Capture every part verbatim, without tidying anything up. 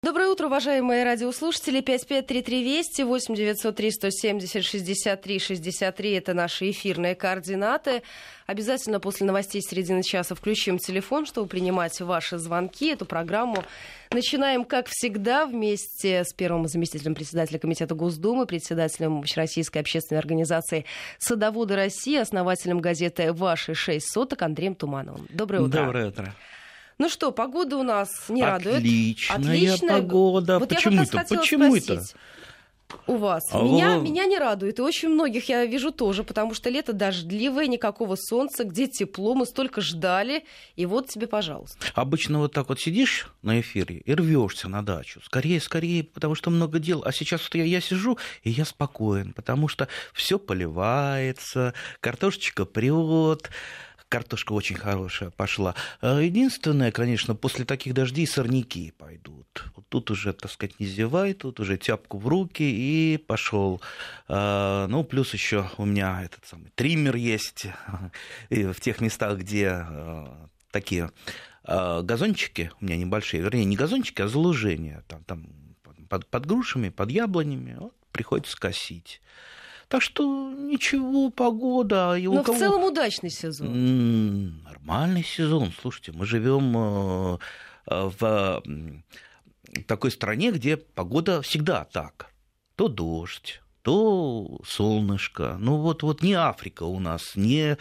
Доброе утро, уважаемые радиослушатели. пять пять три три Вести, восемь девятьсот три сто семьдесят шестьдесят три шестьдесят три. Это наши эфирные координаты. Обязательно после новостей середины часа включим телефон, чтобы принимать ваши звонки. Эту программу начинаем, как всегда, вместе с первым заместителем председателя Комитета Госдумы, председателем Общероссийской общественной организации «Садоводы России», основателем газеты «Ваши шесть соток» Андреем Тумановым. Доброе утро. Доброе утро. Ну что, погода у нас не радует. Отличная, Отличная погода. Вот Почему я это? Почему это? У вас. А меня, вы... меня не радует. И очень многих я вижу тоже, потому что лето дождливое, никакого солнца, где тепло, мы столько ждали. И вот тебе, пожалуйста. Обычно вот так вот сидишь на эфире и рвешься на дачу. Скорее, скорее, потому что много дел. А сейчас вот я, я сижу, и я спокоен, потому что все поливается, картошечка прет. Картошка очень хорошая пошла. Единственное, конечно, после таких дождей сорняки пойдут. Вот тут уже, так сказать, не зевай, тут уже тяпку в руки и пошел. Ну, плюс еще у меня этот самый триммер есть в тех местах, где такие газончики у меня небольшие, вернее, не газончики, а залужения. Там, там под, под грушами, под яблонями. Вот, приходится косить. Так что ничего, погода. И у Но кого... в целом удачный сезон. Нормальный сезон. Слушайте, мы живем в такой стране, где погода всегда так. То дождь, то солнышко. Ну вот, вот не Африка у нас, не,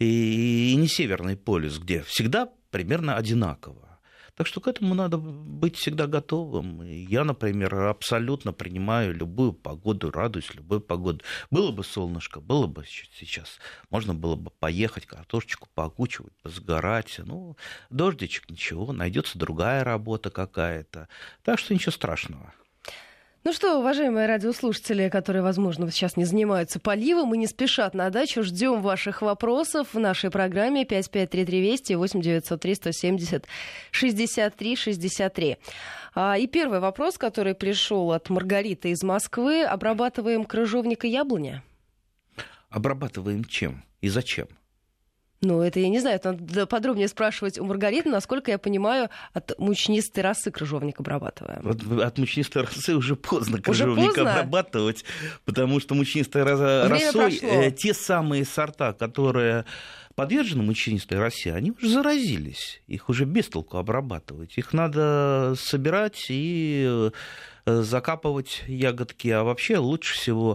и не Северный полюс, где всегда примерно одинаково. Так что к этому надо быть всегда готовым. Я, например, абсолютно принимаю любую погоду, радуюсь любой погоде. Было бы солнышко, было бы сейчас, можно было бы поехать, картошечку поокучивать, позагорать. Ну, дождичек, ничего, найдется другая работа какая-то. Так что ничего страшного. Ну что, уважаемые радиослушатели, которые, возможно, сейчас не занимаются поливом и не спешат на дачу, ждем ваших вопросов в нашей программе пять пять три три Вести, восемь девятьсот три сто семьдесят шестьдесят три шестьдесят три. И первый вопрос, который пришел от Маргариты из Москвы. Обрабатываем крыжовник и яблоня? Обрабатываем чем и зачем? Ну, это я не знаю, это надо подробнее спрашивать у Маргариты. Насколько я понимаю, от мучнистой росы крыжовник обрабатываем. Вот от мучнистой росы уже поздно крыжовник уже поздно? обрабатывать, потому что мучнистой росой э, те самые сорта, которые подвержены мучнистой росе, они уже заразились. Их уже без толку обрабатывать. Их надо собирать и закапывать ягодки, а вообще лучше всего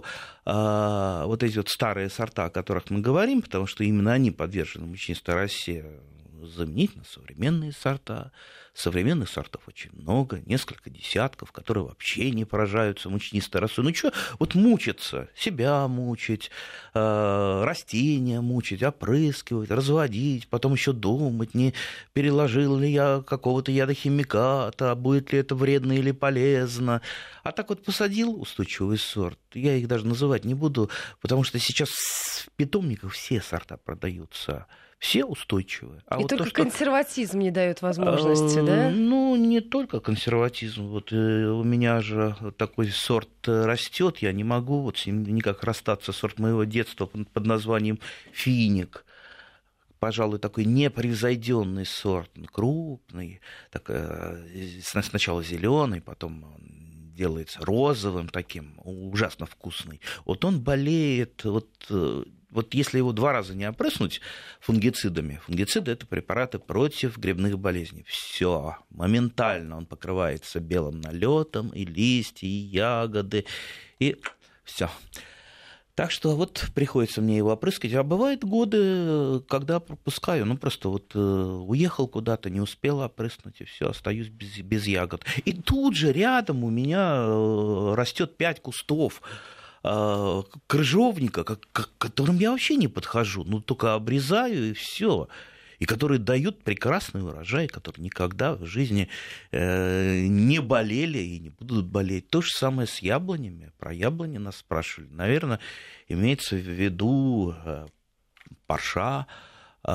э, вот эти вот старые сорта, о которых мы говорим, потому что именно они подвержены мучнистой росе, заменить на современные сорта. Современных сортов очень много, несколько десятков, которые вообще не поражаются мучнистой росой. Ну что, вот мучиться, себя мучить, э, растения мучить, опрыскивать, разводить, потом еще думать, не переложил ли я какого-то ядохимиката, будет ли это вредно или полезно. А так вот посадил устойчивый сорт, я их даже называть не буду, потому что сейчас в питомниках все сорта продаются. Все устойчивые. А И вот только то, что... консерватизм не дает возможности, да? Ну, не только консерватизм. Вот у меня же такой сорт растет, я не могу вот с ним никак расстаться. Сорт моего детства под названием финик. Пожалуй, такой непревзойденный сорт, крупный, так, сначала зеленый, потом делается розовым таким, ужасно вкусный. Вот он болеет, вот, вот если его два раза не опрыснуть фунгицидами, фунгициды — это препараты против грибных болезней. Все, моментально он покрывается белым налетом, и листья, и ягоды, и все. Так что вот приходится мне его опрыскать. А бывают годы, когда пропускаю. Ну, просто вот э, уехал куда-то, не успел опрыснуть, и все, остаюсь без, без ягод. И тут же рядом у меня э, растет пять кустов э, крыжовника, к, к которым я вообще не подхожу. Ну, только обрезаю, и все. И которые дают прекрасный урожай, которые никогда в жизни э, не болели и не будут болеть. То же самое с яблонями. Про яблони нас спрашивали. Наверное, имеется в виду э, парша, э,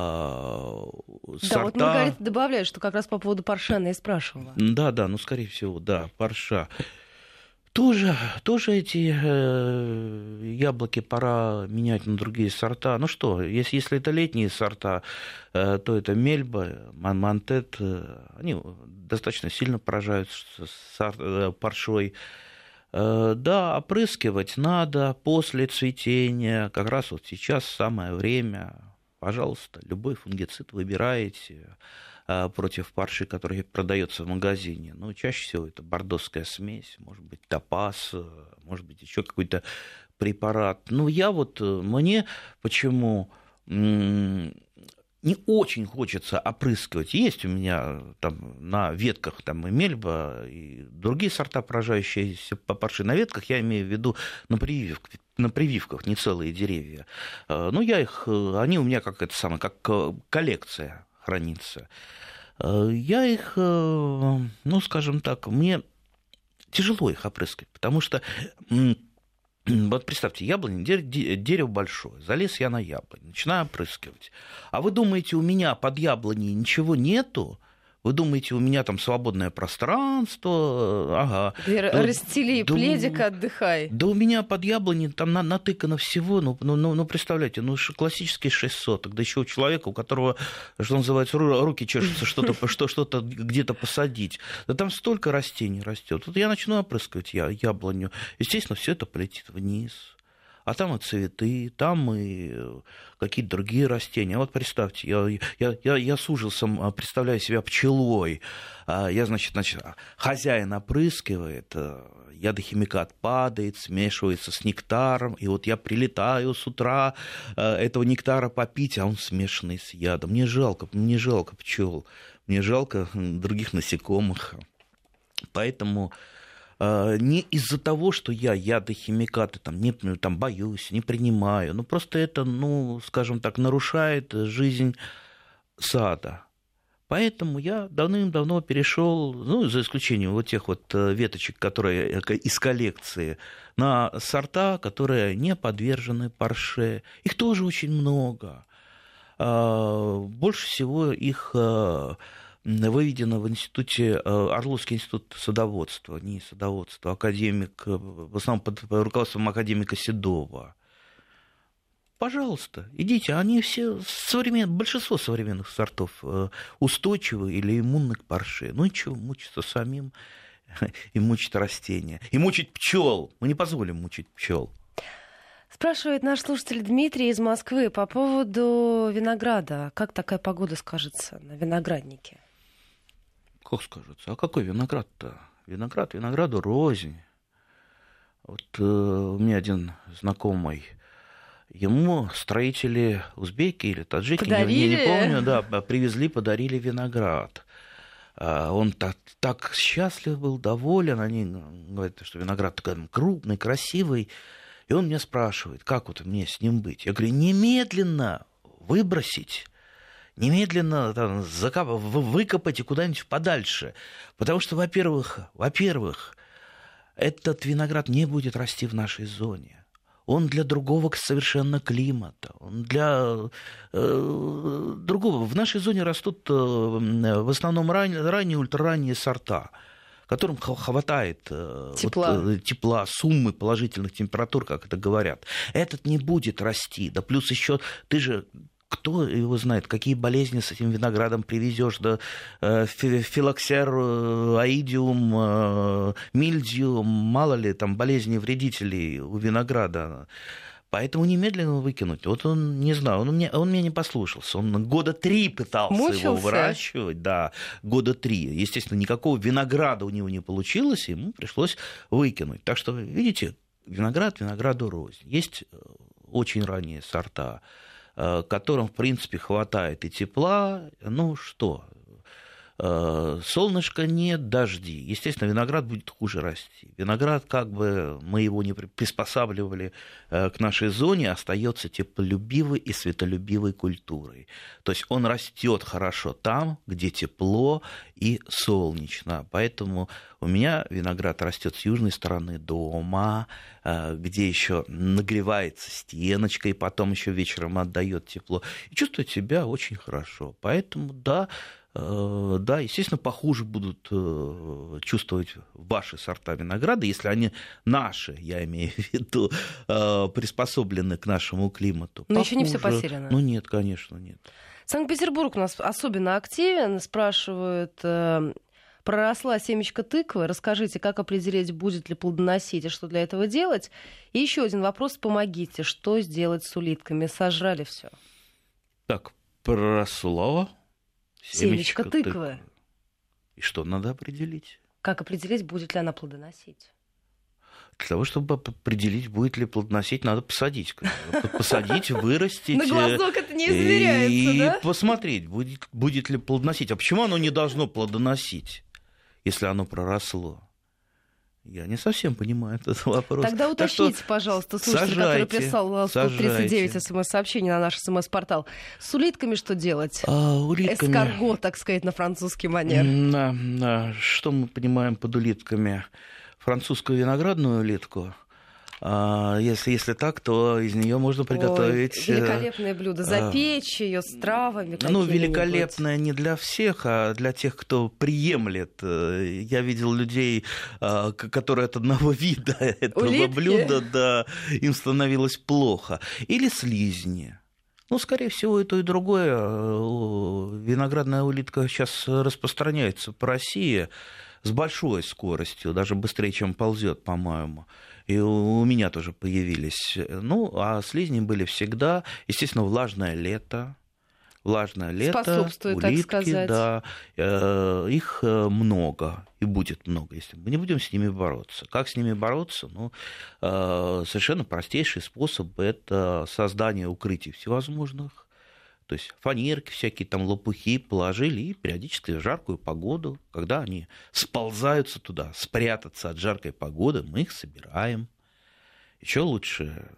сорта... Да, вот Маргарита добавляет, что как раз по поводу парша она и спрашивала. Да, да, ну, скорее всего, да, парша. Тоже, тоже эти э, яблоки пора менять на другие сорта. Ну что, если, если это летние сорта, э, то это Мельба, Монтет, э, они достаточно сильно поражают сор, э, паршой. Э, да, опрыскивать надо после цветения, как раз вот сейчас самое время. Пожалуйста, любой фунгицид выбираете против парши, который продается в магазине. Но чаще всего это бордоская смесь, может быть, топаз, может быть, еще какой-то препарат. Ну, я вот, мне почему не очень хочется опрыскивать. Есть у меня там на ветках там и Мельба, и другие сорта, поражающиеся по парши. На ветках я имею в виду на прививках, на прививках, не целые деревья. Ну, я их, они у меня как это самое, как коллекция хранится. Я их, ну, скажем так, мне тяжело их опрыскать, потому что, вот представьте, яблоня, дерево большое, залез я на яблонь, начинаю опрыскивать. А вы думаете, у меня под яблоней ничего нету? Вы думаете, у меня там свободное пространство? Ага. Да, расстели да, пледик, отдыхай. Да у меня под яблоней там на, натыкано всего. Ну, ну, ну, ну, представляете, ну классический шесть соток. Да еще у человека, у которого, что называется, руки чешутся что-то, что, что-то где-то посадить. Да там столько растений растет. Вот я начну опрыскивать я, яблоню. Естественно, все это полетит вниз. А там и цветы, там и какие-то другие растения. Вот представьте, я, я, я, я с ужасом представляю себя пчелой. Я, значит, значит, хозяин опрыскивает, ядохимикат падает, смешивается с нектаром, и вот я прилетаю с утра этого нектара попить, а он смешанный с ядом. Мне жалко, мне жалко пчел, мне жалко других насекомых. Поэтому... Не из-за того, что я ядохимикаты там, не, там, боюсь, не принимаю, но просто это, ну, скажем так, нарушает жизнь сада. Поэтому я давным-давно перешел, ну, за исключением вот тех вот веточек, которые из коллекции, на сорта, которые не подвержены парше. Их тоже очень много. Больше всего их... выведено в институте, Орловский институт садоводства, не садоводства, академик, в основном под руководством академика Седова. Пожалуйста, идите, они все, современ... большинство современных сортов устойчивы или иммунны к парше. Ну и чего, мучиться самим и мучить растения, и мучить пчел. Мы не позволим мучить пчел. Спрашивает наш слушатель Дмитрий из Москвы по поводу винограда. Как такая погода скажется на винограднике? Как скажется? А какой виноград-то? Виноград, винограду рознь. Вот э, у меня один знакомый, ему строители узбеки или таджики, я не, не помню, да, привезли, подарили виноград. Он так, так счастлив был, доволен. Они говорят, что виноград такой крупный, красивый. И он меня спрашивает, как вот мне с ним быть? Я говорю, немедленно выбросить, немедленно там, закап... выкопать и куда-нибудь подальше. Потому что, во-первых, во-первых, этот виноград не будет расти в нашей зоне. Он для другого совершенно климата, он для э, другого. В нашей зоне растут э, в основном ран... ранние, ультраранние сорта, которым хватает тепла. Вот, тепла, суммы положительных температур, как это говорят. Этот не будет расти. Да плюс еще ты же, кто его знает, какие болезни с этим виноградом привезешь, да, филоксер, аидиум, мильдию, мало ли там болезней, вредителей у винограда. Поэтому немедленно выкинуть. Вот он, не знаю, он, мне, он меня не послушался. Он года три пытался Мучился. его выращивать. Да, года три. Естественно, никакого винограда у него не получилось, и ему пришлось выкинуть. Так что, видите, виноград винограду рознь. Есть очень ранние сорта, которым, в принципе, хватает и тепла. Ну что... Солнышка нет, дожди. Естественно, виноград будет хуже расти. Виноград, как бы мы его не приспосабливали к нашей зоне, остается теплолюбивой и светолюбивой культурой. То есть он растет хорошо там, где тепло и солнечно. Поэтому у меня виноград растет с южной стороны дома, где еще нагревается стеночкой, потом еще вечером отдает тепло и чувствует себя очень хорошо. Поэтому, да, Да, естественно, похуже будут чувствовать ваши сорта винограда, если они наши, я имею в виду, приспособлены к нашему климату. Но похуже. Еще не все потеряно. Ну нет, конечно, нет. Санкт-Петербург у нас особенно активен. Спрашивают, проросла семечко тыквы. Расскажите, как определить, будет ли плодоносить и что для этого делать? И еще один вопрос, помогите. Что сделать с улитками? Сожрали все. Так, проросла семечко, семечко тыквы. тыквы. И что надо определить? Как определить, будет ли она плодоносить? Для того, чтобы определить, будет ли плодоносить, надо посадить. Посадить, вырастить. На глазок это не измеряется, да? И посмотреть, будет, будет ли плодоносить. А почему оно не должно плодоносить, если оно проросло? Я не совсем понимаю этот вопрос. Тогда уточните, так пожалуйста, слушатель, который прислал тридцать девять смс-сообщений на наш смс-портал. С улитками что делать? А, улитками... Эскарго, так сказать, на французский манер. Да, да. Что мы понимаем под улитками? Французскую виноградную улитку. Если, если так, то из нее можно приготовить... Ой, великолепное блюдо. Запечь ее с травами. Ну, великолепное не для всех, а для тех, кто приемлет. Я видел людей, которые от одного вида этого Улитки? блюда, да, им становилось плохо. Или слизни. Ну, скорее всего, и то, и другое. Виноградная улитка сейчас распространяется по России с большой скоростью, даже быстрее, чем ползет, по-моему. И у меня тоже появились. Ну, а слизни были всегда. Естественно, влажное лето. Влажное лето, способствует, улитки, так сказать. Да, их много, и будет много, если мы не будем с ними бороться. Как с ними бороться? Ну, совершенно простейший способ – это создание укрытий всевозможных. То есть фанерки всякие, там лопухи положили, и периодически в жаркую погоду, когда они сползаются туда, спрятаться от жаркой погоды, мы их собираем. Еще лучше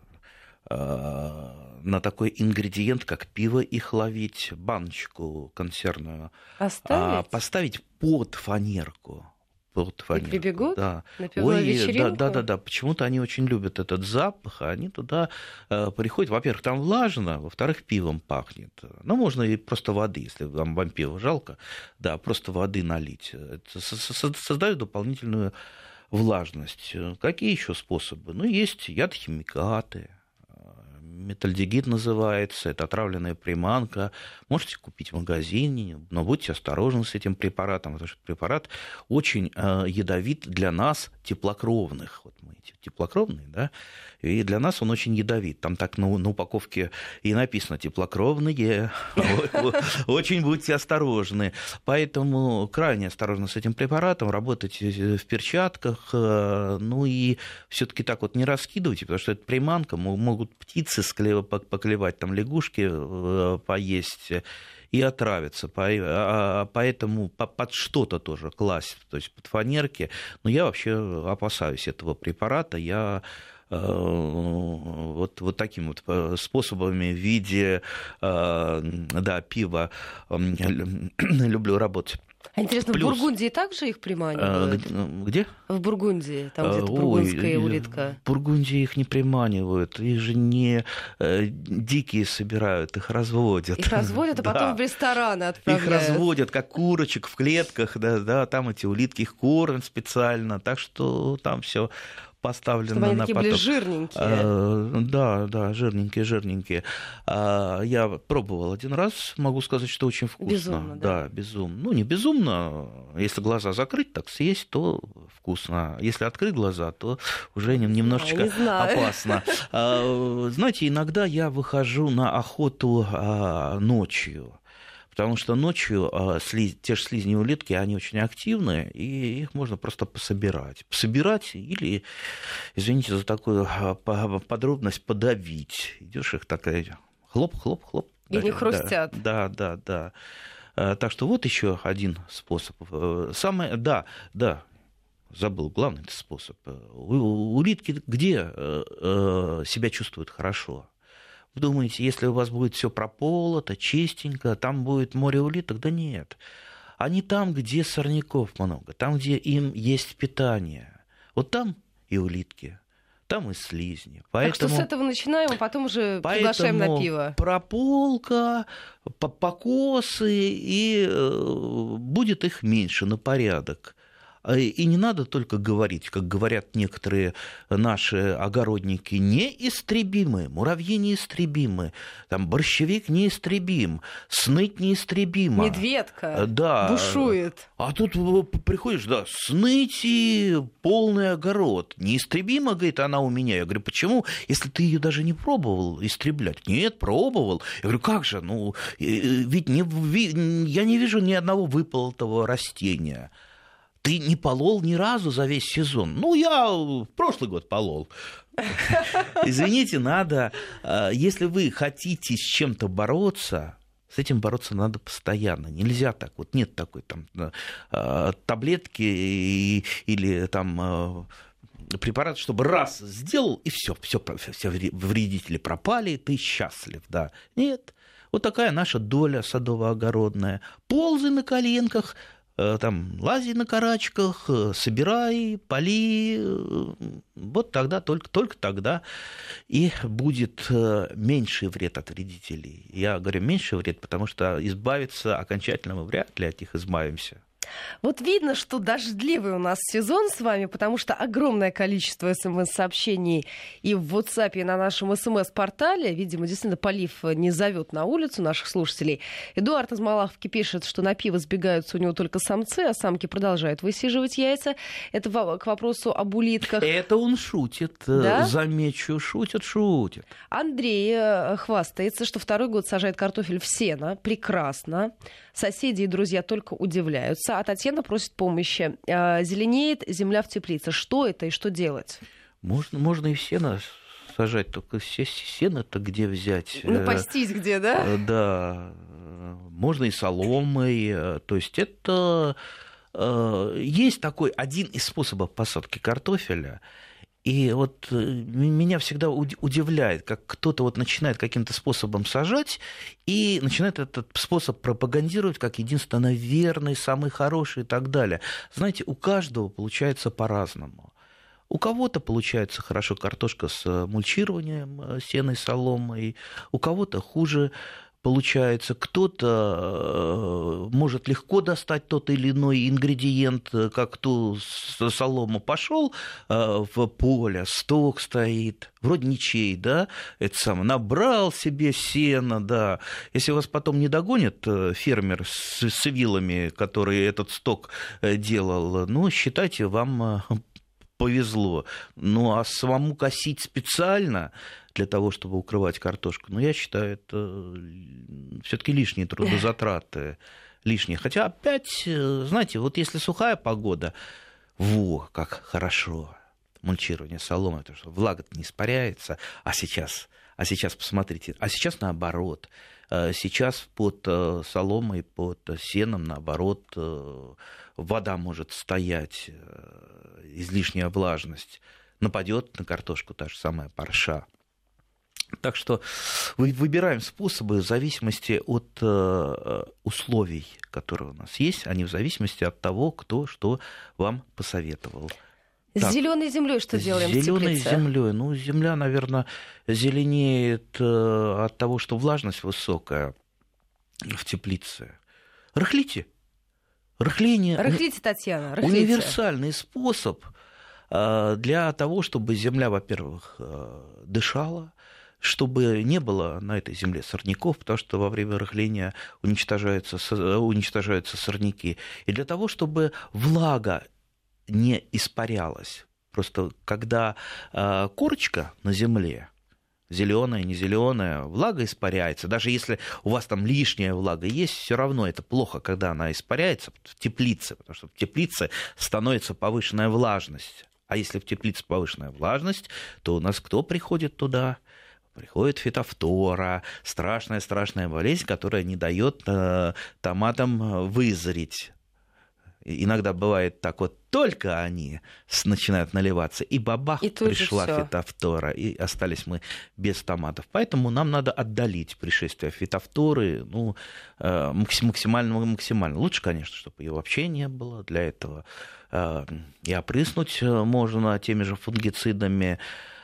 э, на такой ингредиент, как пиво, их ловить, баночку консервную, Оставить? э, поставить под фанерку. Под фанерку. И прибегут да. на пивную Ой, вечеринку? Да, да, да, да. Почему-то они очень любят этот запах, а они туда э, приходят. Во-первых, там влажно, во-вторых, пивом пахнет. Ну, можно и просто воды, если вам, вам пиво жалко, да, просто воды налить. Это создает дополнительную влажность. Какие еще способы? Ну, есть ядохимикаты. Метальдегид называется, это отравленная приманка. Можете купить в магазине, но будьте осторожны с этим препаратом, потому что препарат очень э, ядовит для нас, теплокровных. Вот мы теплокровные, да, и для нас он очень ядовит. Там так на, на упаковке и написано «теплокровные». Очень будьте осторожны. Поэтому крайне осторожно с этим препаратом, работайте в перчатках, ну и все-таки так вот не раскидывайте, потому что это приманка, могут птицы поклевать, там лягушки поесть и отравиться. Поэтому под что-то тоже класть, то есть под фанерки. Но я вообще опасаюсь этого препарата. Я вот, вот такими вот способами в виде да, пива люблю работать. А интересно, Плюс... в Бургундии также их приманивают? Где? В Бургундии, там где-то бургундская Ой, улитка. В Бургундии их не приманивают, их же не э, дикие собирают, их разводят. Их разводят, а потом да. в рестораны отправляют. Их разводят, как курочек в клетках, да, да, там эти улитки, их кормят специально, так что там все поставлено Чтобы они на такие поток. Были жирненькие. А, да, да, жирненькие, жирненькие. А, я пробовал один раз, могу сказать, что очень вкусно. Безумно, да? Да, безумно. Ну, не безумно. Если глаза закрыть, так съесть, то вкусно. Если открыть глаза, то уже немножечко не опасно. А, знаете, иногда я выхожу на охоту а, ночью. Потому что ночью э, слиз, те же слизни улитки, они очень активны, и их можно просто пособирать. Пособирать или, извините за такую э, подробность, подавить. Идешь их такая хлоп-хлоп-хлоп. И да, не хрустят. Да, да, да. да. Так что вот еще один способ. Самое, да, да, забыл, главный способ. Улитки где э, себя чувствуют хорошо? Вы думаете, если у вас будет все прополото, чистенько, там будет море улиток? Да нет. Они там, где сорняков много, там, где им есть питание. Вот там и улитки. там и слизни. Поэтому... Так что с этого начинаем, а потом уже приглашаем на пиво. Прополка, покосы, и будет их меньше на порядок. И не надо только говорить, как говорят некоторые наши огородники, неистребимы, муравьи неистребимы, там борщевик неистребим, сныть неистребима. Медведка да. бушует. А тут приходишь, да, сныть и полный огород. Неистребима, говорит, она у меня. Я говорю, почему? Если ты ее даже не пробовал истреблять. Нет, пробовал. Я говорю, как же? Ну, ведь не, я не вижу ни одного выполотого растения. Ты не полол ни разу за весь сезон. Ну, я в прошлый год полол. Извините, надо... Если вы хотите с чем-то бороться, с этим бороться надо постоянно. Нельзя так. Вот нет такой там таблетки или там препарат, чтобы раз сделал, и все, все, все вредители пропали, ты счастлив. Да. Нет. Вот такая наша доля садово-огородная. Ползай на коленках, там, лази на карачках, собирай, поли, вот тогда, только, только тогда и будет меньший вред от вредителей. Я говорю меньший вред, потому что избавиться окончательно мы вряд ли от них избавимся. Вот видно, что дождливый у нас сезон с вами, потому что огромное количество смс-сообщений и в WhatsApp, и на нашем смс-портале. Видимо, действительно, полив не зовет на улицу наших слушателей. Эдуард из Малаховки пишет, что на пиво сбегаются у него только самцы, а самки продолжают высиживать яйца. Это к вопросу об улитках. Это он шутит. Да? Замечу, шутит, шутит. Андрей хвастается, что второй год сажает картофель в сено. Прекрасно. Соседи и друзья только удивляются. А Татьяна просит помощи. Зеленеет земля в теплице. Что это и что делать? Можно, можно и сено сажать, только сено-то где взять? Напастись где, да? Да. Можно и соломой. То есть это... Есть такой один из способов посадки картофеля. И вот меня всегда удивляет, как кто-то вот начинает каким-то способом сажать и начинает этот способ пропагандировать как единственно верный, самый хороший и так далее. Знаете, у каждого получается по-разному. У кого-то получается хорошо картошка с мульчированием, сеной, соломой, у кого-то хуже получается, кто-то может легко достать тот или иной ингредиент, как ту солому пошел в поле, сток стоит, вроде ничей, да, это самое, набрал себе сено, да. Если вас потом не догонит фермер с, с вилами, который этот сток делал, ну, считайте, вам повезло. Ну, а самому косить специально для того, чтобы укрывать картошку, ну, я считаю, это все-таки лишние трудозатраты. Лишние. Хотя опять, знаете, вот если сухая погода, во, как хорошо, мульчирование соломы, потому что влага-то не испаряется, а сейчас, а сейчас посмотрите, а сейчас наоборот. Сейчас под соломой, под сеном, наоборот, вода может стоять, излишняя влажность. Нападет на картошку та же самая парша. Так что выбираем способы в зависимости от условий, которые у нас есть, а не в зависимости от того, кто что вам посоветовал. С зеленой землей что делаем в теплице? С зеленой землей. Ну, земля, наверное, зеленеет от того, что влажность высокая в теплице. Рыхлите. Рыхление. Рыхлите, Татьяна, рыхлите. Универсальный способ для того, чтобы земля, во-первых, дышала, чтобы не было на этой земле сорняков, потому что во время рыхления уничтожаются, уничтожаются сорняки, и для того, чтобы влага не испарялась. Просто когда корочка на земле, зеленая, не зеленая, влага испаряется. Даже если у вас там лишняя влага есть, все равно это плохо, когда она испаряется в теплице, потому что в теплице становится повышенная влажность. А если в теплице повышенная влажность, то у нас кто приходит туда? Приходит фитофтора, страшная-страшная болезнь, которая не дает э, томатам вызреть. Иногда бывает так вот, только они начинают наливаться, и бабах, и пришла фитофтора, и остались мы без томатов. Поэтому нам надо отдалить пришествие фитофторы, ну, максимально, максимально. Лучше, конечно, чтобы ее вообще не было. Для этого и опрыснуть можно теми же фунгицидами.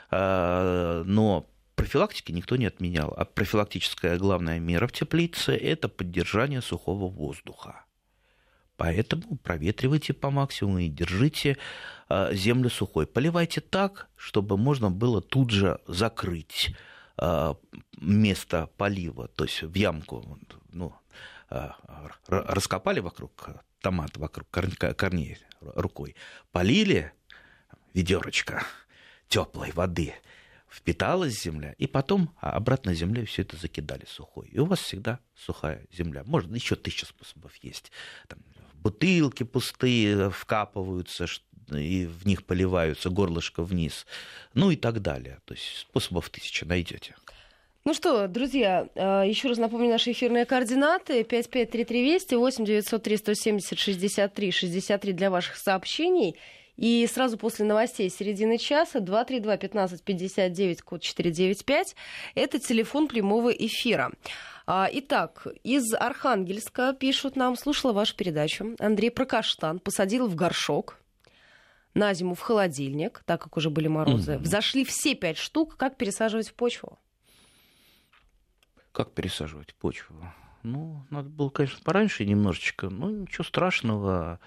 Но профилактики никто не отменял. А профилактическая главная мера в теплице – это поддержание сухого воздуха. Поэтому проветривайте по максимуму и держите землю сухой. Поливайте так, чтобы можно было тут же закрыть место полива, то есть в ямку, ну, раскопали вокруг томата, вокруг корней рукой, полили ведерочко теплой воды, впиталась земля, и потом обратно землей все это закидали сухой. И у вас всегда сухая земля. Может, еще тысяча способов есть. Там бутылки пустые вкапываются, и в них поливаются, горлышко вниз, ну и так далее. То есть способов тысяча найдете. Ну что, друзья, еще раз напомню наши эфирные координаты. пять пять три три Вести, восемь девятьсот три сто семьдесят шестьдесят три шестьдесят три для ваших сообщений. И сразу после новостей середины часа два три два пятнадцать пятьдесят девять, код четыреста девяносто пять. Это телефон прямого эфира. Итак, из Архангельска пишут нам: слушала вашу передачу. Андрей про каштан посадил в горшок, на зиму в холодильник, так как уже были морозы. Mm-hmm. Взошли все пять штук. Как пересаживать в почву? Как пересаживать в почву? Ну, надо было, конечно, пораньше немножечко. Ну, ничего страшного.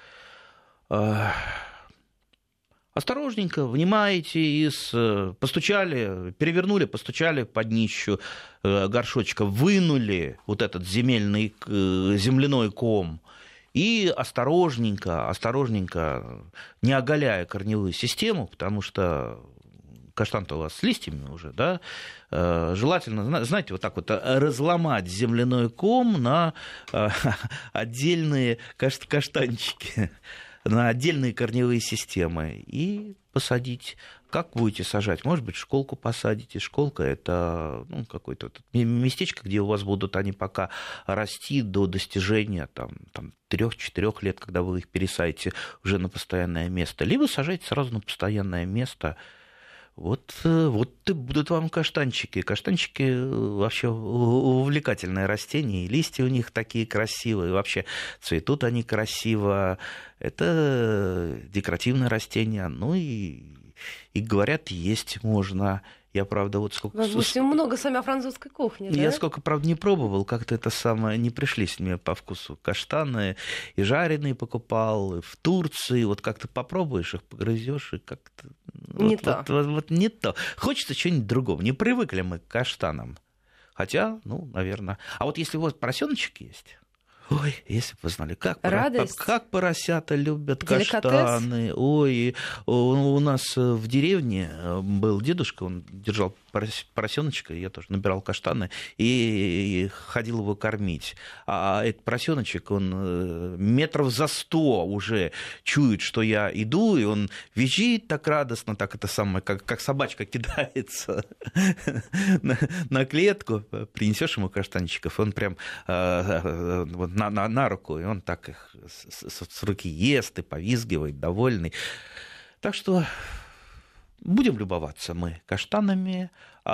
Осторожненько, внимаете, из, постучали, перевернули, постучали под днищу горшочка, вынули вот этот земельный, земляной ком и осторожненько, осторожненько, не оголяя корневую систему, потому что каштан-то у вас с листьями уже, да, желательно, знаете, вот так вот разломать земляной ком на отдельные каштанчики, на отдельные корневые системы и посадить. Как будете сажать? Может быть, школку посадите. Школка – это ну, какое-то местечко, где у вас будут они пока расти до достижения там, там, трех-четырех лет, когда вы их пересадите уже на постоянное место. Либо сажайте сразу на постоянное место. Вот, вот и будут вам каштанчики. Каштанчики вообще увлекательное растение, и листья у них такие красивые, вообще цветут они красиво. Это декоративное растение, ну и, и говорят, есть можно. Я, правда, вот сколько... Вы много сами о французской кухне, да? Я сколько, правда, не пробовал, как-то это самое не пришлись мне по вкусу. Каштаны и жареные покупал, и в Турции. Вот как-то попробуешь их, погрызешь, и как-то... Не вот, то. Вот, вот, вот не то. Хочется чего-нибудь другого. Не привыкли мы к каштанам. Хотя, ну, наверное... А вот если у вас поросеночек есть... Ой, если бы вы знали, как, Радость. как поросята любят Деликатес. Каштаны. Ой, у нас в деревне был дедушка, он держал поросеночка, я тоже набирал каштаны и ходил его кормить. А этот поросеночек, он метров за сто уже чует, что я иду, и он визжит так радостно, так это самое, как, как собачка кидается на, на клетку, принесешь ему каштанчиков, он прям вот, на, на, на руку, и он так их с, с, с руки ест и повизгивает, довольный. Так что будем любоваться мы каштанами.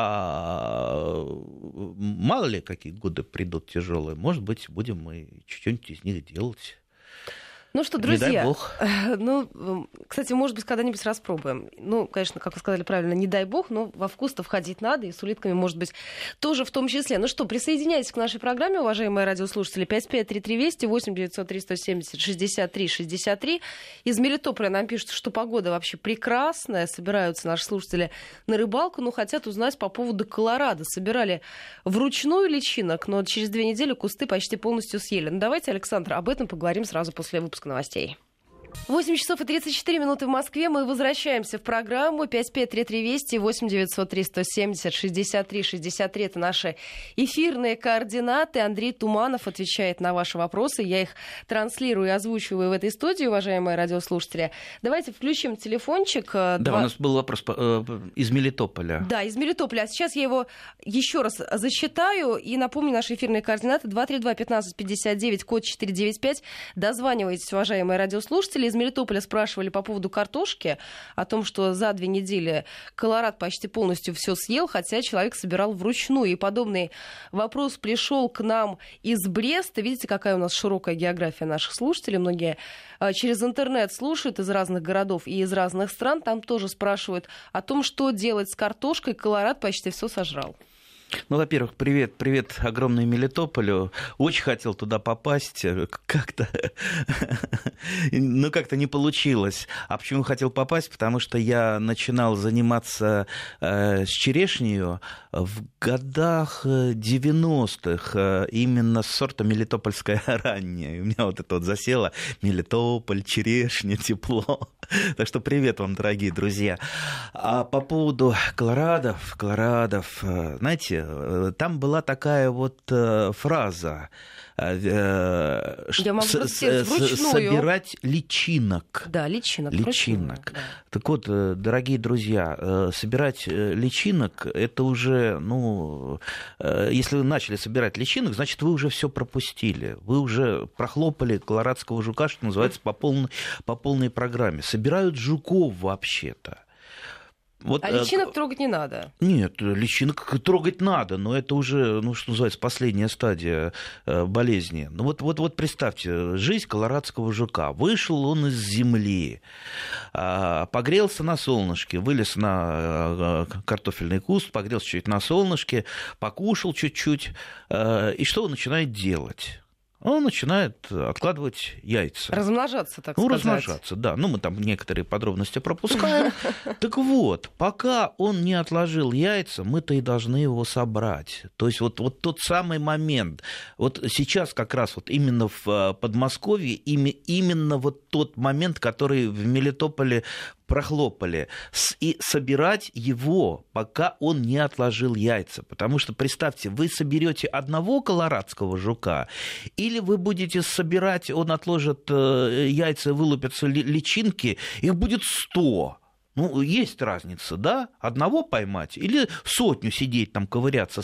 А мало ли, какие годы придут тяжелые, может быть, будем мы чуть-чуть из них делать. Ну что, друзья, не дай бог. Ну, кстати, может быть, когда-нибудь распробуем. Ну, конечно, как вы сказали правильно, не дай бог, но во вкус-то входить надо, и с улитками, может быть, тоже в том числе. Ну что, присоединяйтесь к нашей программе, уважаемые радиослушатели. пять пять три три Вести, восемь девятьсот три сто семьдесят шестьдесят три шестьдесят три. Из Мелитополя нам пишут, что погода вообще прекрасная. Собираются наши слушатели на рыбалку, но хотят узнать по поводу Колорадо. Собирали вручную личинок, но через две недели кусты почти полностью съели. Ну давайте, Александр, об этом поговорим сразу после выпуска новостей. восемь часов и тридцать четыре минуты в Москве. Мы возвращаемся в программу. пять пять три три Вести, восемь девятьсот три сто семьдесят шестьдесят три шестьдесят три. Это наши эфирные координаты. Андрей Туманов отвечает на ваши вопросы. Я их транслирую и озвучиваю в этой студии, уважаемые радиослушатели. Давайте включим телефончик. Да, Два... у нас был вопрос из Мелитополя. Да, из Мелитополя. А сейчас я его еще раз зачитаю и напомню наши эфирные координаты. два три два пятнадцать пятьдесят девять, код четыреста девяносто пять. Дозванивайтесь, уважаемые радиослушатели. Жители из Мелитополя спрашивали по поводу картошки, о том, что за две недели колорад почти полностью все съел, хотя человек собирал вручную. И подобный вопрос пришел к нам из Бреста. Видите, какая у нас широкая география наших слушателей. Многие через интернет слушают из разных городов и из разных стран. Там тоже спрашивают о том, что делать с картошкой. Колорад почти все сожрал. Ну, во-первых, привет, привет огромный Мелитополю. Очень хотел туда попасть, как-то, ну, как-то не получилось. А почему хотел попасть? Потому что я начинал заниматься э, с черешнею в годах девяностых, э, именно с сорта мелитопольская ранняя. И у меня вот это вот засело: Мелитополь, черешня, тепло. Так что привет вам, дорогие друзья. А по поводу колорадов, колорадов, знаете, там была такая вот э, фраза э, Я с, с, собирать личинок. Да, личинок. личинок. Да. Так вот, дорогие друзья, собирать личинок, это уже, ну, если вы начали собирать личинок, значит, вы уже все пропустили. Вы уже прохлопали колорадского жука, что называется, по полной, по полной программе. Собирают жуков вообще-то. Вот, а личинок э... трогать не надо? Нет, личинок трогать надо, но это уже, ну, что называется, последняя стадия э, болезни. Ну, вот, вот, вот представьте, жизнь колорадского жука. Вышел он из земли, э, погрелся на солнышке, вылез на э, картофельный куст, погрелся чуть на солнышке, покушал чуть-чуть, э, и что он начинает делать? Он начинает откладывать яйца. Размножаться, так ну, сказать. Ну, размножаться, да. Ну, мы там некоторые подробности пропускаем. Так вот, пока он не отложил яйца, мы-то и должны его собрать. То есть вот, вот тот самый момент. Вот сейчас как раз вот именно в Подмосковье, именно вот тот момент, который в Мелитополе прохлопали, и собирать его, пока он не отложил яйца. Потому что, представьте, вы соберете одного колорадского жука, или вы будете собирать, он отложит яйца, вылупятся личинки, их будет сто. Ну, есть разница, да? Одного поймать или сотню сидеть там, ковыряться,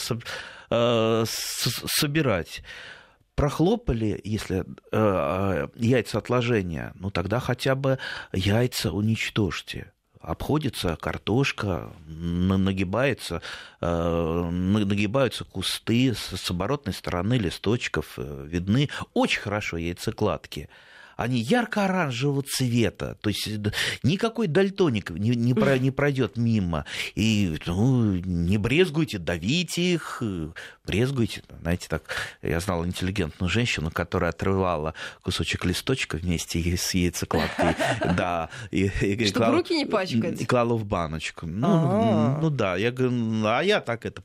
собирать. Прохлопали, если э, яйца отложения, ну тогда хотя бы яйца уничтожьте. Обходится картошка, нагибается, э, нагибаются кусты, с оборотной стороны листочков видны очень хорошо яйцекладки. Они ярко-оранжевого цвета, то есть никакой дальтоник не, не, про, не пройдет мимо. И ну, не брезгуйте, давите их, брезгуйте. Знаете, так, я знал интеллигентную женщину, которая отрывала кусочек листочка вместе с яйцекладкой. Да, и, и, чтобы клала, руки не пачкать. И клала в баночку. Ну, ну да, я говорю, а я так это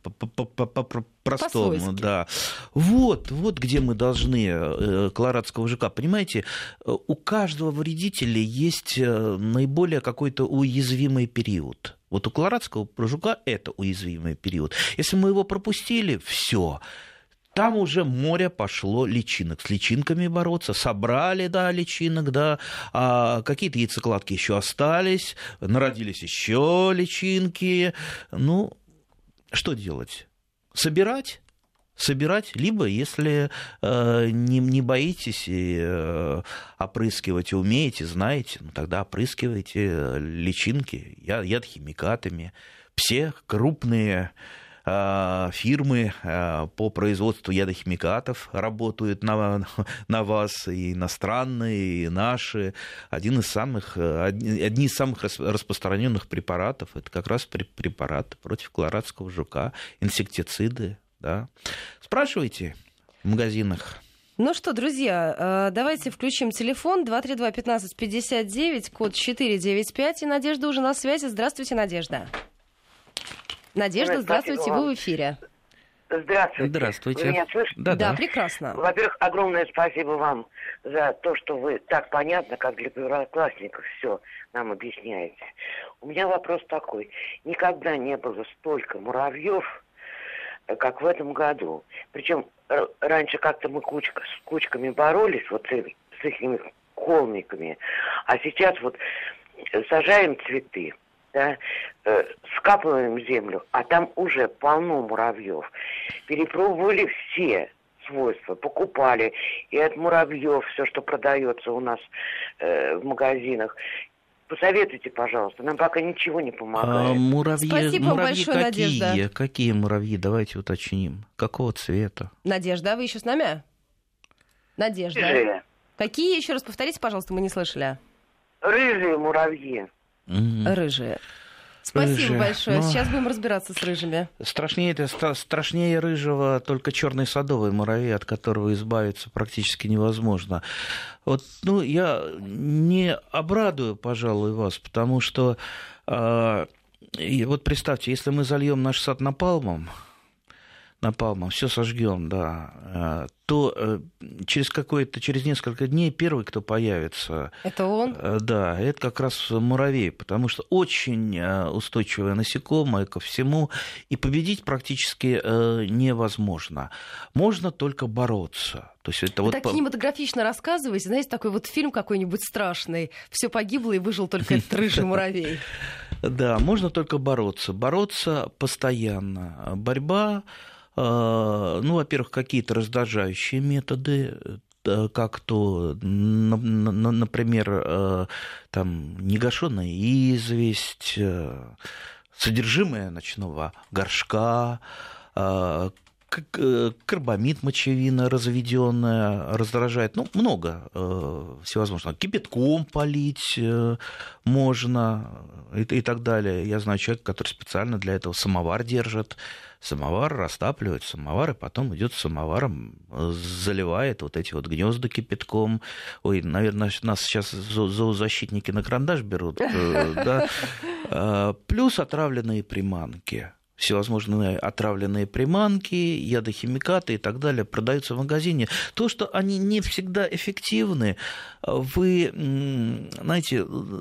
простому, да. Вот, вот где мы должны колорадского жука. Понимаете, у каждого вредителя есть наиболее какой-то уязвимый период. Вот у колорадского жука это уязвимый период. Если мы его пропустили, все. Там уже море пошло личинок. С личинками бороться. Собрали, да, личинок, да. А какие-то яйцекладки еще остались. Народились еще личинки. Ну, что делать? Собирать, собирать, либо, если э, не, не боитесь и э, опрыскивать умеете, знаете, ну, тогда опрыскивайте личинки ядохимикатами. Все крупные э, фирмы э, по производству ядохимикатов работают на, на вас, и иностранные, и наши. Один из самых, одни, одни из самых распространенных препаратов – это как раз препараты против колорадского жука, инсектициды. Да. Спрашивайте в магазинах. Ну что, друзья, давайте включим телефон два три два пятнадцать пятьдесят девять, код четыре девять пять. И Надежда уже на связи. Здравствуйте, Надежда. Надежда, здравствуйте, вы в эфире. Здравствуйте. Здравствуйте. Вы меня слышите? Да, да, прекрасно. Во-первых, огромное спасибо вам за то, что вы так понятно, как для первоклассников, все нам объясняете. У меня вопрос такой. Никогда не было столько муравьев, как в этом году. Причем раньше как-то мы кучка, с кучками боролись, вот с, с их холмиками, а сейчас вот сажаем цветы, да, э, скапываем землю, а там уже полно муравьев. Перепробовали все свойства, покупали и от муравьев все, что продается у нас э, в магазинах. Посоветуйте, пожалуйста, нам пока ничего не помогает. А, муравьи, Спасибо муравьи большое, какие? Надежда. Какие муравьи? Давайте уточним. Какого цвета? Надежда, вы еще с нами? Надежда. Рыжие. Какие, еще раз повторите, пожалуйста, мы не слышали. Рыжие муравьи. Mm-hmm. Рыжие. Спасибо Рыжие. большое. Ну, Сейчас будем разбираться с рыжими. Страшнее, это, страшнее рыжего только черный садовый муравей, от которого избавиться практически невозможно. Вот, ну, я не обрадую, пожалуй, вас, потому что э, и вот представьте, если мы зальем наш сад напалмом, напалмом, все сожгем, да, то через какое-то, через несколько дней первый, кто появится... Это он? Да, это как раз муравей, потому что очень устойчивое насекомое ко всему, и победить практически невозможно. Можно только бороться. То есть это Вы вот... так кинематографично рассказываете, знаете, такой вот фильм какой-нибудь страшный, все погибло и выжил только этот рыжий муравей. Да, можно только бороться. Бороться постоянно. Борьба... Ну, во-первых, какие-то раздражающие методы, как то, например, там, негашенная известь, содержимое ночного горшка, карбамид мочевина разведенная раздражает. Ну, много всевозможного. Кипятком полить можно и, и так далее. Я знаю человека, который специально для этого самовар держит. Самовар растапливает самовар, и потом идет с самоваром, заливает вот эти вот гнезда кипятком. Ой, наверное, нас сейчас зоозащитники на карандаш берут. Да? Плюс отравленные приманки. Всевозможные отравленные приманки, ядохимикаты и так далее продаются в магазине. То, что они не всегда эффективны, вы, знаете,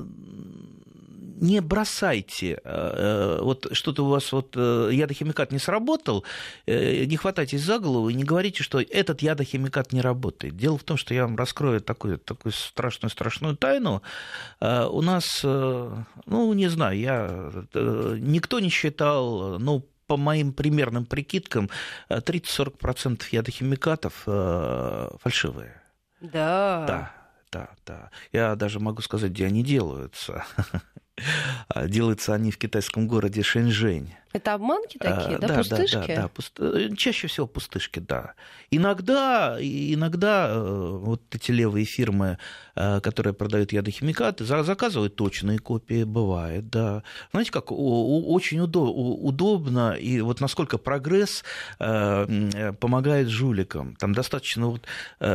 не бросайте. Вот что-то у вас, вот ядохимикат не сработал, не хватайтесь за голову и не говорите, что этот ядохимикат не работает. Дело в том, что я вам раскрою такую, такую страшную-страшную тайну. У нас, ну, не знаю, я, никто не считал, ну, по моим примерным прикидкам, тридцать-сорок процентов ядохимикатов фальшивые. Да. Да, да, да. Я даже могу сказать, где они делаются. Делаются они в китайском городе Шэньчжэнь. Это обманки такие, а, да, да, пустышки? Да, да, да, пуст... чаще всего пустышки, да. Иногда, иногда вот эти левые фирмы, которые продают ядохимикаты, заказывают точные копии, бывает, да. Знаете, как очень удобно, и вот насколько прогресс помогает жуликам. Там достаточно вот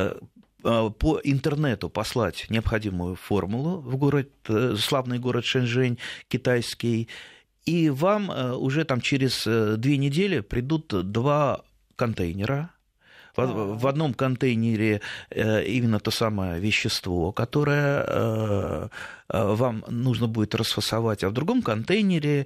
по интернету послать необходимую формулу в город, славный город Шэньчжэнь, китайский, и вам уже там через две недели придут два контейнера. В, в одном контейнере именно то самое вещество, которое вам нужно будет расфасовать, а в другом контейнере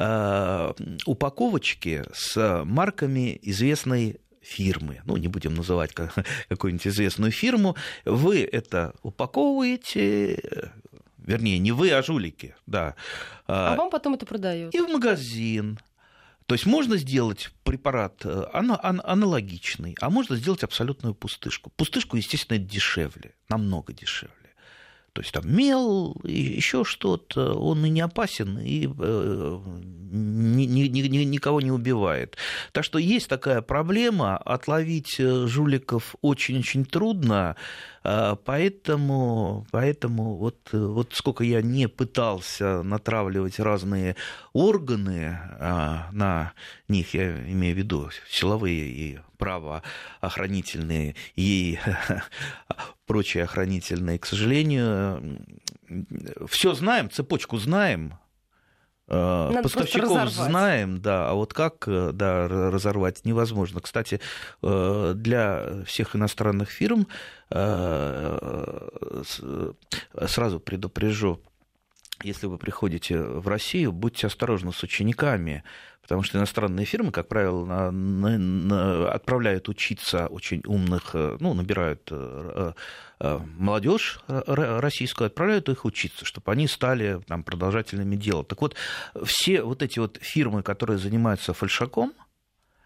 упаковочки с марками известной фирмы, ну, не будем называть какую-нибудь известную фирму, вы это упаковываете, вернее, не вы, а жулики, да. А вам потом это продают. И в магазин. То есть можно сделать препарат аналогичный, а можно сделать абсолютную пустышку. Пустышку, естественно, это дешевле, намного дешевле. То есть там мел, еще что-то, он и не опасен, и ни, ни, ни, никого не убивает. Так что есть такая проблема, отловить жуликов очень-очень трудно, поэтому, поэтому вот, вот сколько я не пытался натравливать разные органы на них, я имею в виду силовые и правоохранительные и прочие охранительные, к сожалению, все знаем, цепочку знаем, надо поставщиков знаем, да, а вот как, да, разорвать невозможно. Кстати, для всех иностранных фирм сразу предупрежу, если вы приходите в Россию, будьте осторожны с учениками, потому что иностранные фирмы, как правило, на, на, на, отправляют учиться очень умных, ну, набирают молодежь российскую, отправляют их учиться, чтобы они стали там продолжательными дела. Так вот, все вот эти вот фирмы, которые занимаются фальшаком,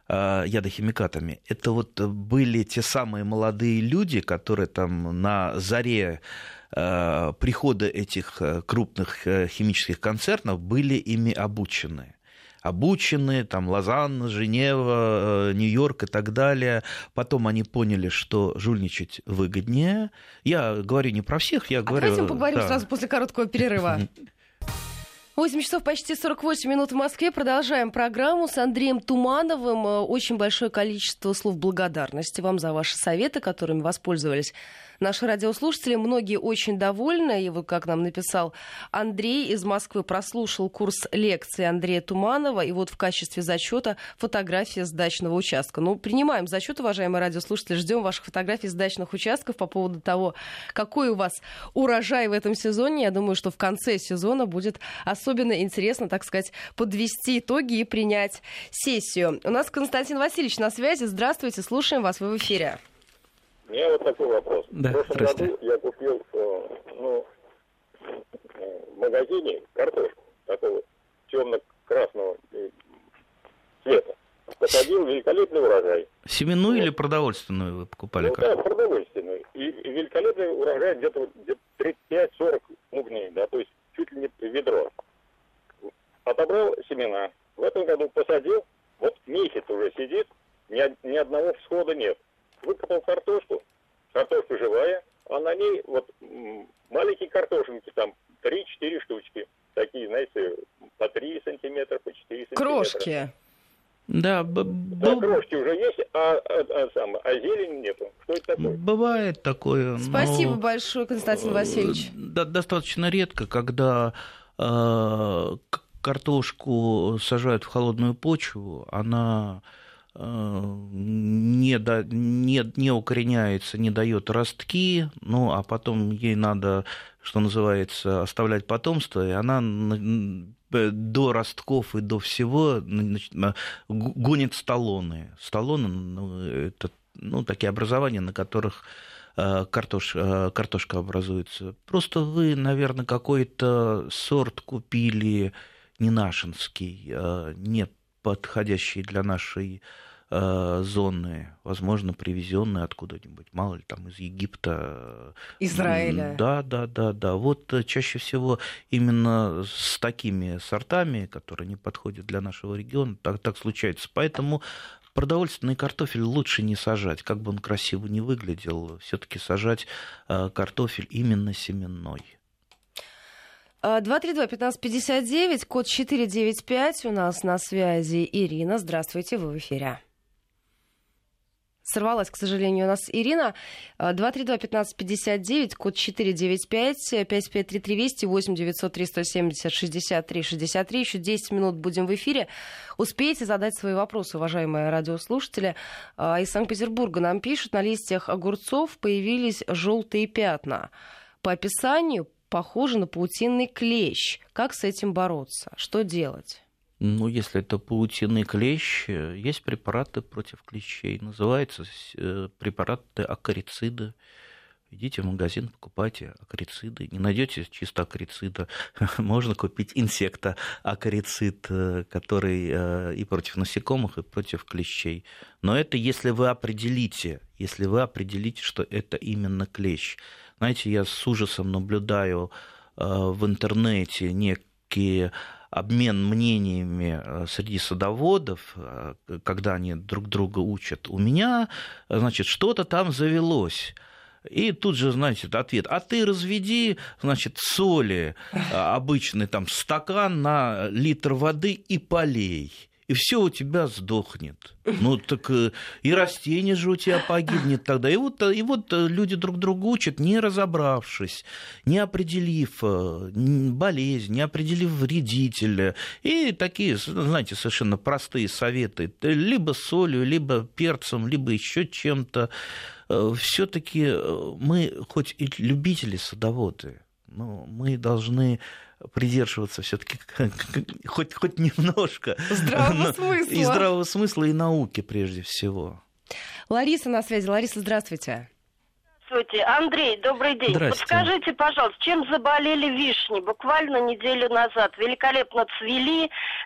ядохимикатами, это вот были те самые молодые люди, которые там на заре прихода этих крупных химических концернов были ими обучены. Обучены, там, Лозанна, Женева, Нью-Йорк и так далее. Потом они поняли, что жульничать выгоднее. Я говорю не про всех, я а говорю... Давайте мы поговорим да. сразу после короткого перерыва. восемь часов почти сорок восемь минут в Москве. Продолжаем программу с Андреем Тумановым. Очень большое количество слов благодарности вам за ваши советы, которыми воспользовались наши радиослушатели. Многие очень довольны. И вот как нам написал Андрей из Москвы, прослушал курс лекций Андрея Туманова. И вот в качестве зачета фотография с дачного участка. Ну, принимаем зачет, уважаемые радиослушатели. Ждем ваших фотографий с дачных участков по поводу того, какой у вас урожай в этом сезоне. Я думаю, что в конце сезона будет особенно интересно, так сказать, подвести итоги и принять сессию. У нас Константин Васильевич на связи. Здравствуйте, слушаем вас, вы в эфире. У меня вот такой вопрос. Да, в прошлом году я купил ну, в магазине картошку такого темно-красного цвета. Посадил великолепный урожай. Семенную вот. Или продовольственную вы покупали? Ну, да, продовольственную. И, и великолепный урожай где-то, где-то тридцать пять сорок мугней, да, то есть чуть ли не ведро. Отобрал семена. В этом году посадил, вот месяц уже сидит, ни, ни одного всхода нет. Выкопал картошку, картошка живая, а на ней вот маленькие картошинки, там три-четыре штучки. Такие, знаете, по три сантиметра, по четыре сантиметра. Крошки. Да, б- да б- крошки уже есть, а, а, а, сам, а зелени нету. Что это такое? Бывает такое. Спасибо но... большое, Константин Васильевич. Да, достаточно редко, когда э, картошку сажают в холодную почву, она не, до, не, не укореняется, не дает ростки, ну, а потом ей надо, что называется, оставлять потомство, и она до ростков и до всего значит, гонит столоны. Столоны ну, – это ну, такие образования, на которых картош, картошка образуется. Просто вы, наверное, какой-то сорт купили не нашинский, не подходящий для нашей зоны, возможно, привезенные откуда-нибудь, мало ли там из Египта. Израиля. Да, да, да, да. Вот чаще всего именно с такими сортами, которые не подходят для нашего региона, так, так случается. Поэтому продовольственный картофель лучше не сажать, как бы он красиво не выглядел, все-таки сажать картофель именно семенной. два три два пятнадцать пятьдесят девять, код четыре девять пять, у нас на связи Ирина. Здравствуйте, вы в эфире. Сорвалась, к сожалению, у нас Ирина. два три два пятнадцать пятьдесят девять, код четыре девять пять, пять пять три три Вести, восемь девятьсот три сто семьдесят шестьдесят три шестьдесят три. Еще десять минут будем в эфире. Успеете задать свои вопросы, уважаемые радиослушатели. Из Санкт-Петербурга нам пишут, на листьях огурцов появились желтые пятна. По описанию похоже на паутинный клещ. Как с этим бороться? Что делать? Ну, если это паутинный клещ, есть препараты против клещей. Называются препараты акарициды. Идите в магазин, покупайте акарициды. Не найдете чисто акарицида, можно купить инсектоакарицид, который и против насекомых, и против клещей. Но это если вы определите, если вы определите, что это именно клещ. Знаете, я с ужасом наблюдаю в интернете некие обмен мнениями среди садоводов, когда они друг друга учат. У меня, значит, что-то там завелось. И тут же, значит, ответ. А ты разведи, значит, соли обычный там стакан на литр воды и полей. И все у тебя сдохнет. Ну, так и растение же у тебя погибнет тогда. И вот, и вот люди друг друга учат, не разобравшись, не определив болезнь, не определив вредителя. И такие, знаете, совершенно простые советы. Либо солью, либо перцем, либо еще чем-то. Все-таки мы, хоть и любители садоводы, но мы должны придерживаться все-таки хоть, хоть немножко здравого смысла. И здравого смысла, и науки прежде всего. Лариса на связи. Лариса, здравствуйте. Здравствуйте. Андрей, добрый день. Подскажите, пожалуйста, чем заболели вишни? Буквально неделю назад великолепно цвели,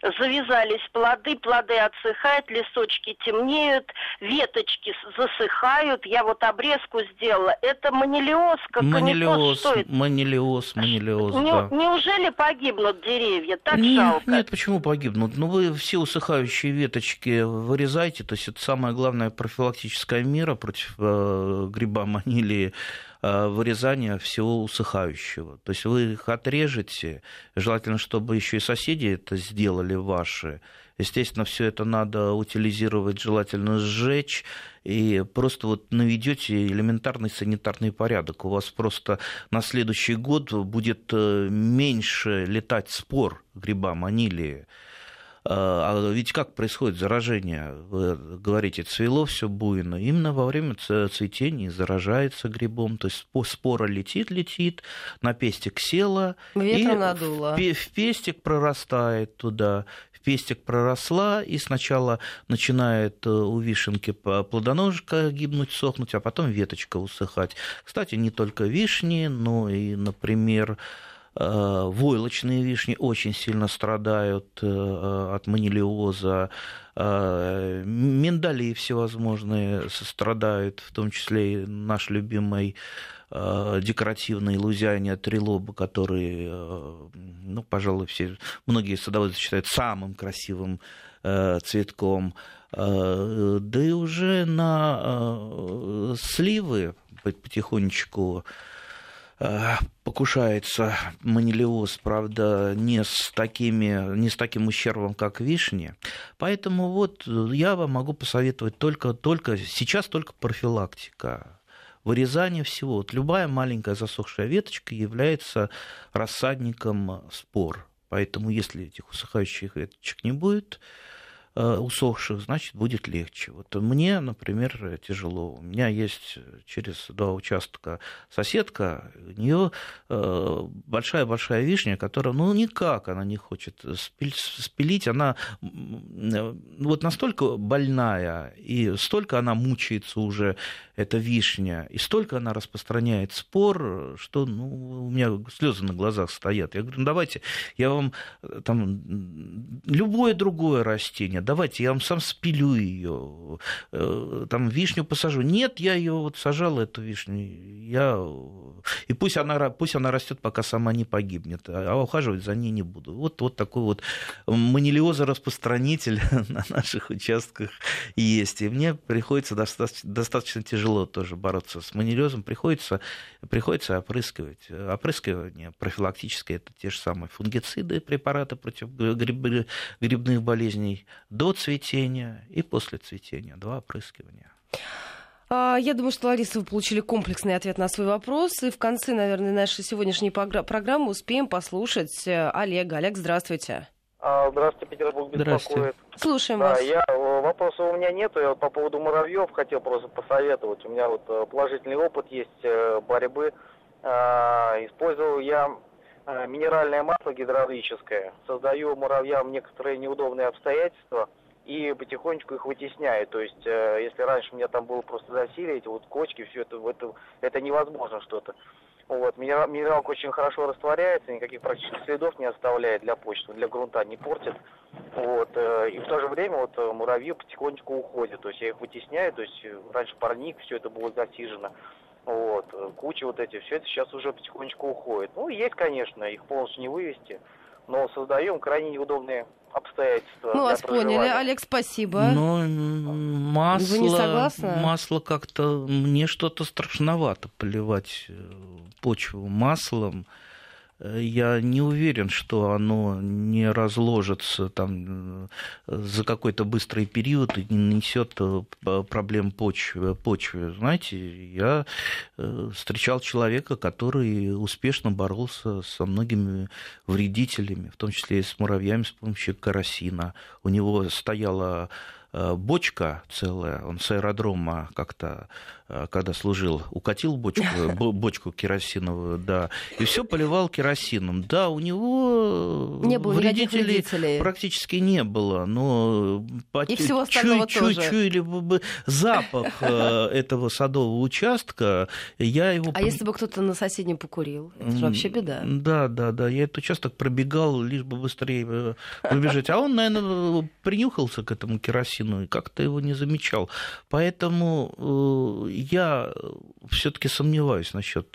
завязались плоды, плоды отсыхают, листочки темнеют, веточки засыхают. Я вот обрезку сделала. Это манилиоз, как манилиоз, что это? манилиоз, манилиоз, Не, да. Неужели погибнут деревья? Так нет, жалко. Нет, почему погибнут? Ну, вы все усыхающие веточки вырезайте, то есть это самая главная профилактическая мера против э, гриба манилии, э, вырезание всего усыхающего. То есть вы их отрежете, желательно, чтобы еще и соседи это сделали ваши. Естественно, все это надо утилизировать, желательно сжечь, и просто вот наведете элементарный санитарный порядок. У вас просто на следующий год будет меньше летать спор гриба манилии. А ведь как происходит заражение? Вы говорите, цвело все буйно. Именно во время цветения заражается грибом. То есть спора летит, летит, на пестик села, ветром и надуло. В пестик прорастает туда. В пестик проросла, и сначала начинает у вишенки плодоножка гибнуть, сохнуть, а потом веточка усыхать. Кстати, не только вишни, но и, например, войлочные вишни очень сильно страдают от манилиоза, миндали всевозможные страдают, в том числе и наш любимый декоративный лузяния трилоба, который, ну, пожалуй, все, многие садоводы считают самым красивым цветком. Да и уже на сливы потихонечку покушается манилиоз, правда, не с, такими, не с таким ущербом, как вишни. Поэтому вот я вам могу посоветовать только, только сейчас только профилактика. Вырезание всего. Вот любая маленькая засохшая веточка является рассадником спор. Поэтому если этих усыхающих веточек не будет, усохших, значит, будет легче. Вот мне, например, тяжело. У меня есть через два участка соседка, у нее большая-большая вишня, которая, ну, никак она не хочет спилить. Она вот настолько больная, и столько она мучается уже, эта вишня, и столько она распространяет спор, что, ну, у меня слезы на глазах стоят. Я говорю, ну, давайте я вам там любое другое растение, давайте я вам сам спилю ее, там вишню посажу. Нет, я ее вот сажала, эту вишню, я... и пусть она, пусть она растет, пока сама не погибнет, а ухаживать за ней не буду. Вот, вот такой вот манилиозораспространитель на наших участках есть. И мне приходится достаточно, достаточно тяжело тоже бороться с манилиозом, приходится, приходится опрыскивать. Опрыскивание профилактическое — это те же самые фунгициды, препараты против гриб, грибных болезней, до цветения и после цветения, два опрыскивания. Я думаю, что, Лариса, вы получили комплексный ответ на свой вопрос. И в конце, наверное, нашей сегодняшней программы успеем послушать Олега. Олег, здравствуйте. Здравствуйте, Петербург беспокоит. Слушаем да, вас. Я, вопроса у меня нету. Я вот по поводу муравьев хотел просто посоветовать. У меня вот положительный опыт есть борьбы. Использовал я минеральное масло гидравлическое. Создаю муравьям некоторые неудобные обстоятельства и потихонечку их вытесняю. То есть, если раньше у меня там было просто засилие, эти вот кочки, все это, это, это невозможно что-то. Вот, минерал, минералка очень хорошо растворяется, никаких практически следов не оставляет для почвы, для грунта не портит. Вот, и в то же время вот муравьи потихонечку уходят. То есть я их вытесняю, то есть раньше парник, все это было засижено. Вот, куча вот эти, все это сейчас уже потихонечку уходит. Ну, есть, конечно, их полностью не вывести, но создаем крайне неудобные обстоятельства. Мы вас поняли. Олег, спасибо. Но масло, Вы не согласны? Масло как-то, мне что-то страшновато поливать почву маслом. Я не уверен, что оно не разложится там за какой-то быстрый период и не нанесет проблем почве. почве. Знаете, я встречал человека, который успешно боролся со многими вредителями, в том числе и с муравьями с помощью керосина. У него стояла бочка целая, он с аэродрома как-то, когда служил, укатил бочку, бочку керосиновую, да, и все поливал керосином. Да, у него не было вредителей, вредителей практически не было, но и всего остального чу- тоже. Чу- чуяли бы запах этого садового участка, я его... А если бы кто-то на соседнем покурил? Это же вообще беда. Да, да, да, я этот участок пробегал, лишь бы быстрее побежать. А он, наверное, принюхался к этому керосину и как-то его не замечал. Поэтому я все-таки сомневаюсь насчет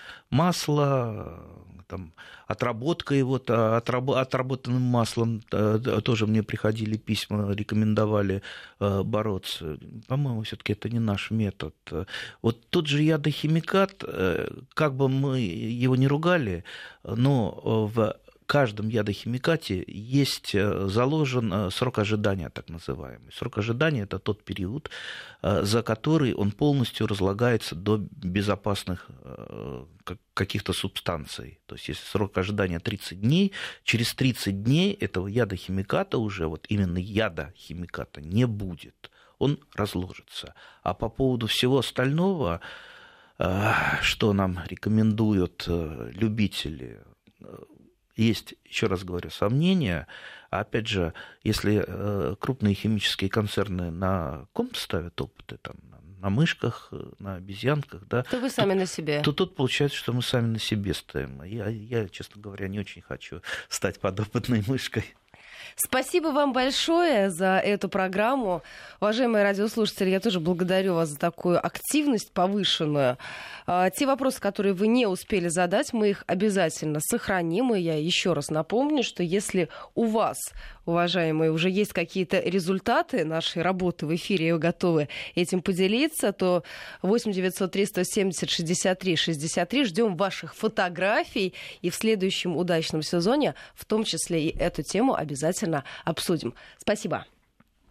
масла, там, отработка его, отраб, отработанным маслом, тоже мне приходили письма, рекомендовали бороться. По-моему, все-таки это не наш метод. Вот тот же ядохимикат, как бы мы его ни ругали, но в каждом ядохимикате есть заложен срок ожидания, так называемый. Срок ожидания – это тот период, за который он полностью разлагается до безопасных каких-то субстанций. То есть, если срок ожидания тридцать дней, через тридцать дней этого ядохимиката уже, вот именно ядохимиката, не будет. Он разложится. А по поводу всего остального, что нам рекомендуют любители, есть, еще раз говорю, сомнения. А опять же, если крупные химические концерны на ком-то ставят опыты, там, на мышках, на обезьянках, да, то вы сами то, на себе. То тут получается, что мы сами на себе стоим. Я, я, честно говоря, не очень хочу стать подопытной мышкой. Спасибо вам большое за эту программу. Уважаемые радиослушатели, я тоже благодарю вас за такую активность повышенную. Те вопросы, которые вы не успели задать, мы их обязательно сохраним. И я еще раз напомню, что если у вас, уважаемые, уже есть какие-то результаты нашей работы в эфире, и вы готовы этим поделиться, то восемь девятьсот три сто семьдесят шестьдесят три шестьдесят три ждем ваших фотографий. И в следующем удачном сезоне, в том числе и эту тему, обязательно обсудим. Спасибо.